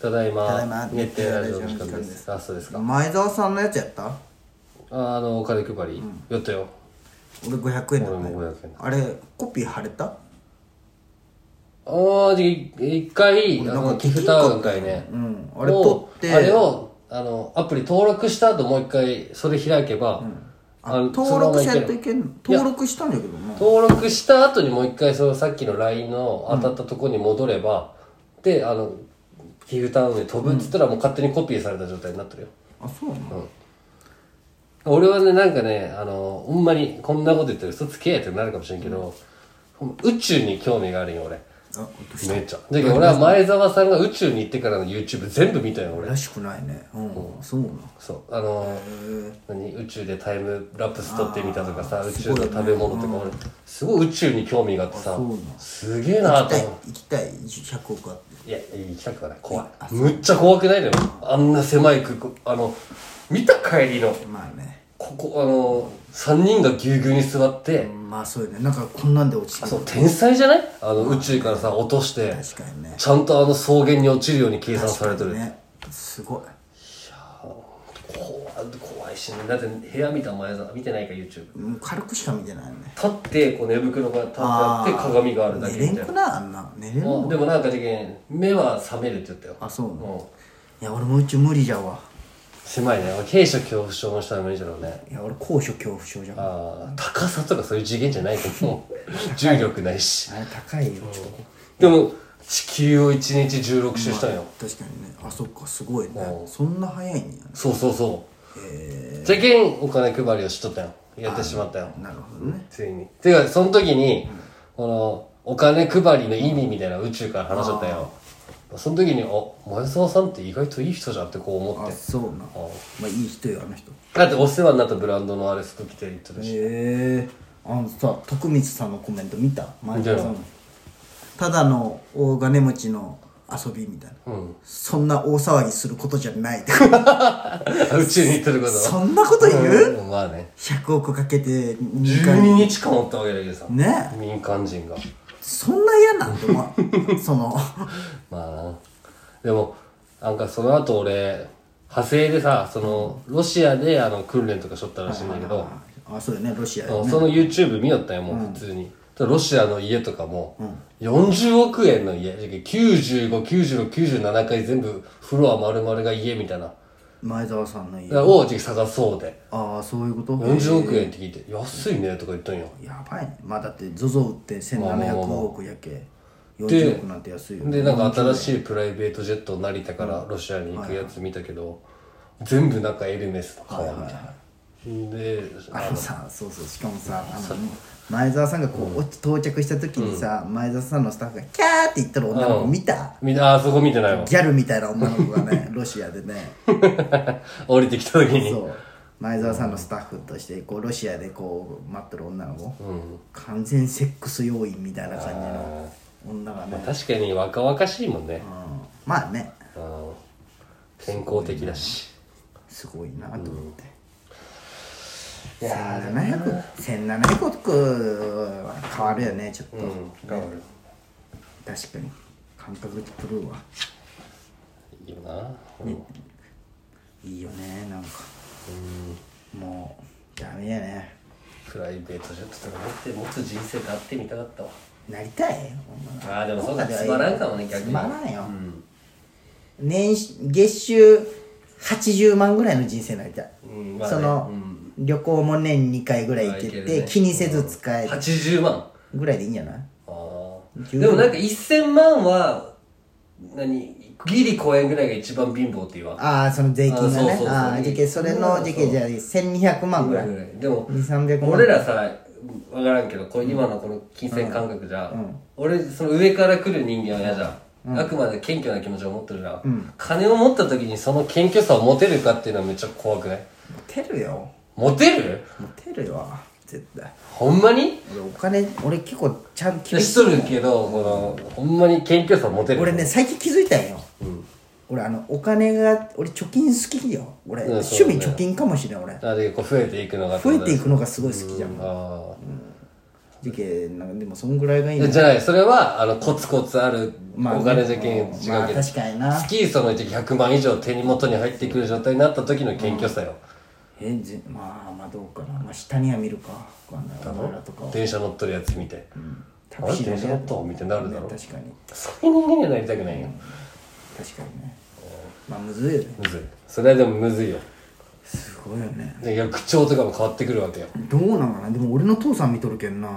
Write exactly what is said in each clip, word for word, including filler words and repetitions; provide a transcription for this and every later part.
ただいま。 ただいま。 熱帯ラジオの時間です。あ、そうですか。 前澤さんのやつやった？ あ、あのお金配り、うん、やったよ。 俺ごひゃくえんだったよ。 俺もごひゃくえん。 あれコピー貼れた？ ああ、じゃ一回あの寄付タウン会ね。 うん。あれ取ってあれをあのアプリ登録した後もう一回それ開けば。うん、 ああ登録しないといけんの？登録したんだけどな。 登録した後にもう一回そのさっきの ライン の当たったところに戻れば、うん、であの寄付タウンで飛ぶっつったらもう勝手にコピーされた状態になってるよ。 あ、そうなの？ うん、俺はねなんかねあのほんまにこんなこと言ったら嘘つけやってなるかもしれんけど、うん、宇宙に興味があるよ俺。 あ、 めっちゃ。だけど俺は前澤さんが宇宙に行ってからの YouTube 全部見たよ俺。 らしくないね。うん、うん、そうなの。 そうあのー、何宇宙でタイムラプス撮ってみたとかさ、宇宙の食べ物とか、ね、俺すごい宇宙に興味があってさ、すげえなと思う。 行きたいひゃくおくあって。いや行きたくはない、怖い。むっちゃ怖くないのよ、あんな狭い空港。あの見た帰りのまあね、 ここあのさんにんがぎゅうぎゅうに座って、 うん、まあそうよね。なんかこんなんで落ちてる。 そう天才じゃない？あの、まあ、宇宙からさ落として、 確かにね、 ちゃんとあの草原に落ちるように計算されてる。 ね、すごい。いや怖怖いしね。だって部屋見た前さ見てないか YouTube。 もう軽くしか見てないね。 立ってこう寝袋が立ってあって鏡があるだけみたいな。 寝れんくなあんな。寝れるの？ でもなんかでけ目は覚めるって言ったよ。 あ、そうなの？いや俺も宇宙無理じゃわ。 狭いね。低所恐怖症の人は無理じゃろうね。 いや俺高所恐怖症じゃん。 ああ、高さとかそういう次元じゃないと思う。重力ないし。 あれ高いよ。 でも地球をいちにちじゅうろく周したんよ。 確かにね。あ、そっか、すごいね。そんな早いんやね。 そうそうそう。へえ。じゃけんお金配りをしとったよ。やってしまったよ。 なるほどね。 ついに。てかその時にこのお金配りの意味みたいな宇宙から話しとったよ。その時に、あ、前澤さんって意外といい人じゃんってこう思って。 あ、そうな。あ、まあいい人よ、あの人。 だってお世話になったブランドのあれ服着て言ってたし。 へえ。あのさ、徳光さんのコメント見た？前澤さんの。ただの大金持ちの遊びみたいな。うん。そんな大騒ぎすることじゃない。 宇宙に行ってること。 そんなこと言う？ うん、まあね。 ひゃくおくかけてじゅうににちかんおったわけだけどさ。 ね。 民間人が。 そんな嫌なんとまそのまあな。でもなんかその後俺派生でさそのロシアであの訓練とかしとったらしいんだけど、 あ、そうよね、ロシアでね。 その YouTube 見よったよもう普通に、うん、ロシアの家とかもよんじゅうおくえんの家きゅうじゅうご、きゅうじゅうろく、きゅうじゅうななかい全部フロア丸々が家みたいな前澤さんの家を探そうで。 ああ、そういうこと。 よんじゅうおくえんって聞いて安いねとか言ったんよ。 やばいね。まあだって ゾゾ 売ってせんななひゃくおくやけよんじゅうおくなんて安いよね。 でなんか新しいプライベートジェット成田からロシアに行くやつ見たけど、はいはい、全部なんかエルメスの革みたいな、はいはい、であのさ、そうそう、しかもさあの前澤さんがこう、うん、到着した時にさ、うん、前澤さんのスタッフがキャーって言ったら女の子見た、 うん、見た。あそこ見てないわ。 ギャルみたいな女の子がねロシアでね降りてきた時にそう前澤さんのスタッフとしてこうロシアでこう待ってる女の子、うん、完全セックス要員みたいな感じの女がね、 まあ、確かに若々しいもんね、 うん、まあね、 うん、健康的だしすごいなと思って、 うん、いやせんななひゃくおくは変わるよねちょっと、うん、 変わる。 確かに感覚狂うわ。 いいよな、うんね、いいよねなんか、うん、もうダメやね。 プライベートジェットとか持って持つ人生であってみたかったわ。 なりたい。 ああでもそうかつまらんかもね逆に。 つまらんよ、うん、年月収はちじゅうまんぐらいの人生になりたい、うんまあね、その、うん、旅行も年にかいぐらい行けて、ね、気にせず使える、 うん、はちじゅうまんぐらいでいいんじゃない？ ああでもなんかせんまんは何ギリ公園ぐらいが一番貧乏って言わん。 ああその税金がね。ああじゃけそれのじゃけじゃあせんにひゃくまんぐらいでもにせんさんびゃくまん俺らさ分からんけどこれ今のこの金銭感覚じゃ、うんうん、俺その上から来る人間は嫌じゃん、うん、あくまで謙虚な気持ちを持ってるじゃん、うん、金を持った時にその謙虚さを持てるかっていうのはめっちゃ怖くない？ 持てるよ。 持てる？ 持てるよ絶対。 ほんまに？ 俺お金俺結構ちゃんとしとるけどこのほんまに謙虚さ持てる。 俺ね最近気づいたんよ、うん、俺あのお金が俺貯金好きよ俺、うん、趣味貯金かもしれん俺。 あでこう増えていくのが増えていくのがすごい好きじゃん、うん、 ああ、うん、 じけなんかでもそんぐらいがいいじゃない、それはあのコツコツあるまあお金じゃけん違うけど、 まあ確かにな月そのひゃくまん以上手に元に入ってくる状態になった時の謙虚さよ、 えじまあまあどうかな、まあ、下には見るかわかんないお前らとかは電車乗っとるやつ見て、うん、 タクシー電車乗っとんみたいになるだろ、 ね、確かにそういう人間にはなりたくないよ、うん、 確かにね、まあむずいよね、 むずい、それはでもむずいよ、 すごいよね、 いや口調とかも変わってくるわけよ、 どうなんかな、でも俺の父さん見とるけんな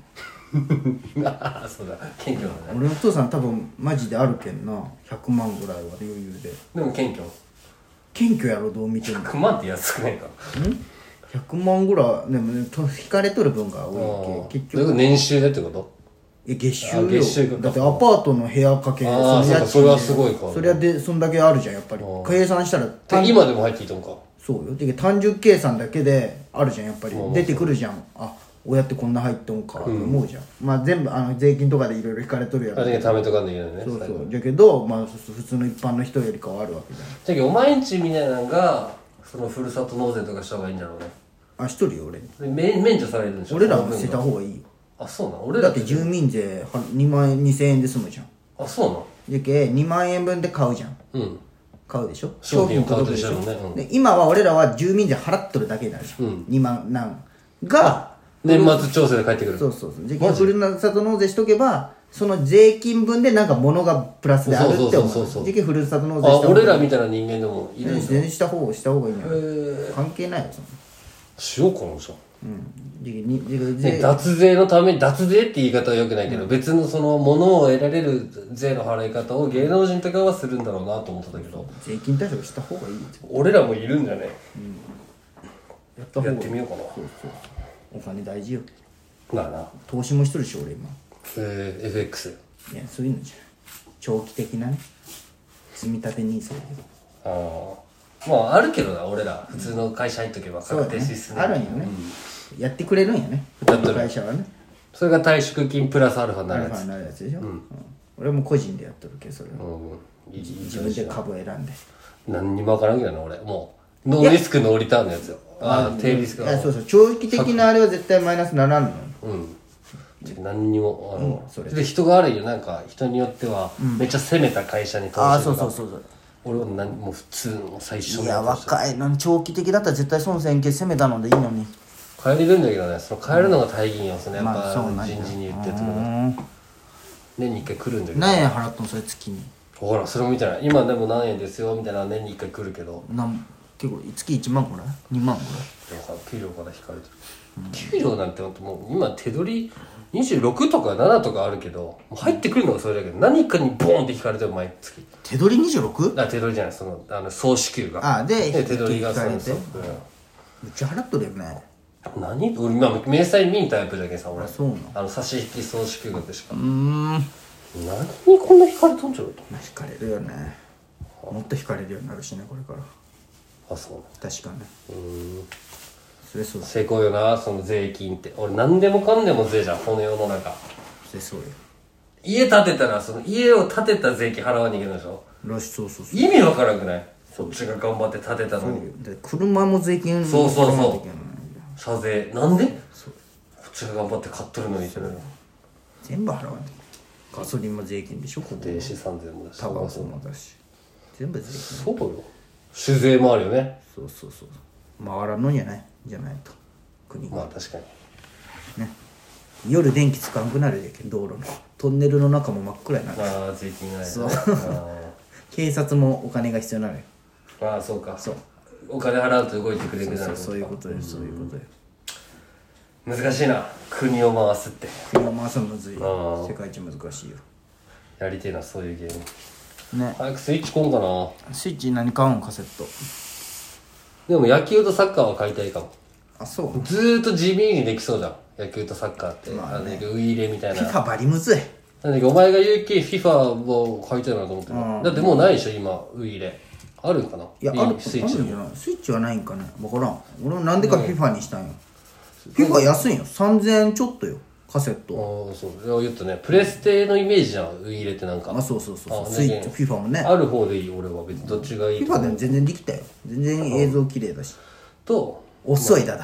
ああそうだ謙虚だね、 俺の父さん多分マジであるけんな、ひゃくまんぐらいは余裕で、 でも謙虚謙虚やろ、どう見てもひゃくまんって安くないかんひゃくまんぐらいでもねと引かれとる分が多いけ結局年収でってこと？ え月収よ、 月収だってアパートの部屋かけああそうか、それはすごいか、 それはでそんだけあるじゃんやっぱり、計算したら今でも入っていいと思うか、 そうよ、で単純計算だけであるじゃんやっぱり、出てくるじゃん、あ親ってこんな入っとんかって思うじゃん、うん、まあ全部あの税金とかでいろいろ引かれとるやろ、 あれが貯めとかんといけないね、 そうそうだけど、まあ、普通の一般の人よりかはあるわけじゃん、 じゃけどお前んちみたいなのがそのふるさと納税とかした方がいいんだろうね、 あしとるよ俺免免除されるんでしょ、 俺らは捨てた方がいいよ、 あそうなん俺らだって住民税にまん円にせんえんで済むじゃん、 あそうなんじゃけにまん円分で買うじゃん、うん買うでしょ、 商品を買うでしょ、ねうん、 で今は俺らは住民税払っとるだけになるじゃん、うん、にまんなんが年末調整で帰ってくる、 そうそうそう、じゃあふるさと納税しとけばその税金分でなんか物がプラスであるって思う、じゃあふるさと納税した方がいい、 あ俺らみたいな人間でもいるんですよ、 全然した方がした方がいいんじゃない関係ないよそんなしようかなじゃん、 うん、 ね、脱税のために脱税って言い方はよくないけど、うん、別のその物を得られる税の払い方を芸能人とかはするんだろうなと思ってたけど、 税金対策した方がいいよ俺らもいるんじゃね、うん、 やった方がいい、 やってみようかな、そうそうお金大事よ、 だな、 投資もしとるし俺今えー、エフエックスいやそういうのじゃ長期的なね積み立てニーサだけど、 ああまああるけどな俺ら普通の会社入っとけば確定支出、 ね、あるんよね、うん、やってくれるんやね普通の会社はね、 それが退職金プラスアルファになるやつ、 アルファになるやつでしょ、うんうん、俺も個人でやっとるけどそれは、うん、自分で株選んで何にも分からんけどな俺もうノーリスクノーリターンのやつよ、ああ低リスク、 いやそうそう長期的なあれは絶対マイナスならんのよ、 うん何にもあの、うん、それで人が悪いよ、なんか人によっては、うん、めっちゃ攻めた会社に投資とか、 あそうそうそうそう、 俺は何もう普通の最初のいや若いのに長期的だったら絶対損せんけ攻めたのでいいのに変えれるんだけどね、その変えるのが大義よ、そのやっぱ、まあ、人事に言ってるところ年に一回来るんだけど、 何円払ったのそれ月に、 ほらそれも見てない、今でも何円ですよみたいな年に一回来るけど、 なん結構月いちまんぐらいにまんぐらい、 給料から引かれてる、うん、給料なんてもう今手取りにじゅうろくとかななとかあるけどもう入ってくるのがそれだけど、何かにボーンって引かれてる毎月手取り にじゅうろく？ あ手取りじゃない、そのあの総支給が、 あでで手取りが引かれて、 そう、 めっちゃ払っとるよね、 何俺今明細見んタイプじゃけんさ俺、 あそうなの、 あの差し引き総支給額しか、 うーん何にこんな引かれとんじゃろと、 引かれるよね、もっと引かれるようになるしねこれから、 あそう確かね、 うーんそれそうせこいよなその税金って、俺何でもかんでも税じゃんこの世の中、 それそうよ、 家建てたらその家を建てた税金払わなきゃいけないでしょ、 らしそうそうそう、 意味わからんくない、そっちが頑張って建てたのに、 で車も税金そうそうそう車税なんでこっちが頑張って買っとるのにって全部払わんとガソリンも税金でしょ、固定資産税もだしタバコもだし全部税金、 そうよ、酒税もあるよね、 そうそうそう回らんのんじゃないじゃないと国が、 まあ確かにね、夜電気つかんくなるでけん道路のトンネルの中も真っ暗になる、 ああ税金がない、ね、 そう警察もお金が必要なのよ、 ああそうか、 そうお金払うと動いてくれるなる、 そういうことよ、そういうことよ、 難しいな国を回すって、 国を回すのむずいよ、世界一難しいよ、 やりてえなそういうゲームね、 早くスイッチこんかな、 スイッチ何買うんカセット、 でも野球とサッカーは買いたいかも、 あそうずーっと地味にできそうじゃん野球とサッカーって、まあね、ウイイレみたいな、 フィファバリムズい、 なんだっけお前が言う気 フィファ を買いたいなと思ってる、うん、だってもうないでしょ今ウイイレあるんかな、 いやあるスイッチじゃない、スイッチはないんかね分からん、俺もなんでか フィファ にしたんよ、フィファ 安いんよさんぜんえんちょっとよカセット、 ああそう言ったね、プレステのイメージじゃんウイイレってなんか、 あそうそうそうそうスイッチ フィファ もねある方でいい俺は別にどっちがいいとフィファ でも全然できたよ、全然映像綺麗だし、 と遅いだだ、 プ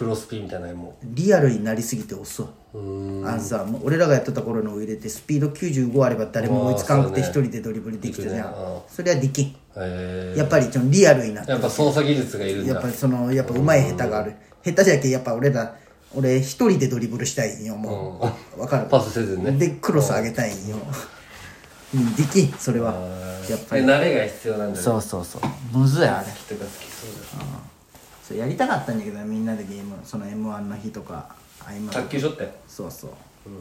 プロスピみたいなのもリアルになりすぎて遅い。あのさ、もう俺らがやってた頃のを入れてスピードきゅうじゅうごあれば誰も追いつかんくて一人でドリブルできてたじゃん。それはできん。やっぱりちょっとリアルになって、 やっぱ操作技術がいるんだ。 やっぱりそのやっぱ上手い下手がある。下手じゃけやっぱ俺ら俺一人でドリブルしたいんよ。もうわかる。 パスせずにね。 でクロス上げたいんよ。できん、それはやっぱり慣れが必要なんだね。 そうそうそう、むずいあれ。 好きとか好きそうだ。 そうやりたかったんだけどみんなでゲーム、その エムワン の日とか卓球しょって。 そうそう、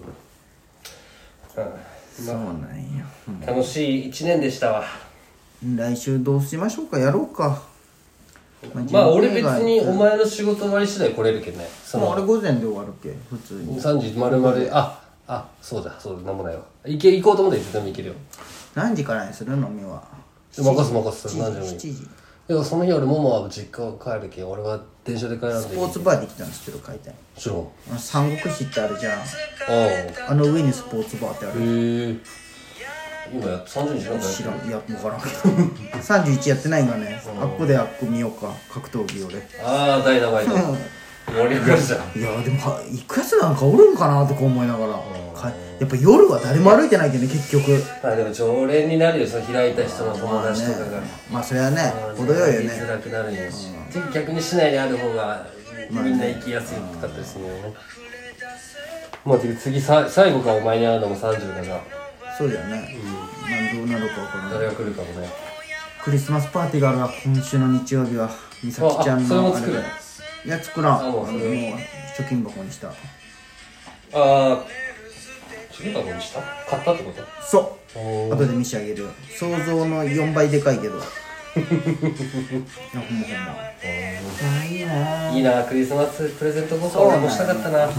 うん、 そうなんよ、 うん、楽しいいちねんでしたわ。 来週どうしましょうか、やろうか。 まあ、まあ、俺別にお前の仕事終わり次第来れるけどね。 そのあれ午前で終わるけ普通にさんじまるまる、ああそうだそうだ、なんもないわ。行け行こうと思っていつでも行けるよ。 何時からにするのみは。 任す任す、何時もいい。 しちじ。 いやその日俺ももは実家帰るけん、俺は電車で帰らんでいい。 スポーツバーできたの知ってる、書いて知らん。 あの三国志ってあるじゃん。あああの上にスポーツバーってある。 へえ。今やさんじゅうにちなんか知らん、いや分からんけどさんじゅういちやってないんがね、あっこであっこ見ようか、格闘技俺。 ああダイナマイト盛り上がるじゃん。 いやでも行くやつなんかおるんかなとか思いながら、やっぱ夜は誰も歩いてないけどね結局。 まあでも常連になるよ、その開いた人の友達とかが。 まあそれはね程よいよね。 行きづらくなるよし、逆に市内にある方がみんな行きやすかったですね。まあ次さ最後かお前に会うのもさんじゅうだな。 そうだよね、まあどうなるか分からない。 誰が来るかもね。 クリスマスパーティーがあるわ今週の日曜日は。美咲ちゃんのそれも作る。 いや作らん、あのもう貯金箱にした。ああ貯金箱にした、買ったってこと。 そう後で見せてあげるよ。想像のよんばいでかいけどほんまほんまいいな、いいな、クリスマスプレゼント交換俺もしたかったな。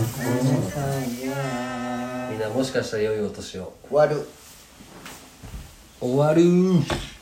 みんなもしかしたら良いお年を。 終わる終わるー。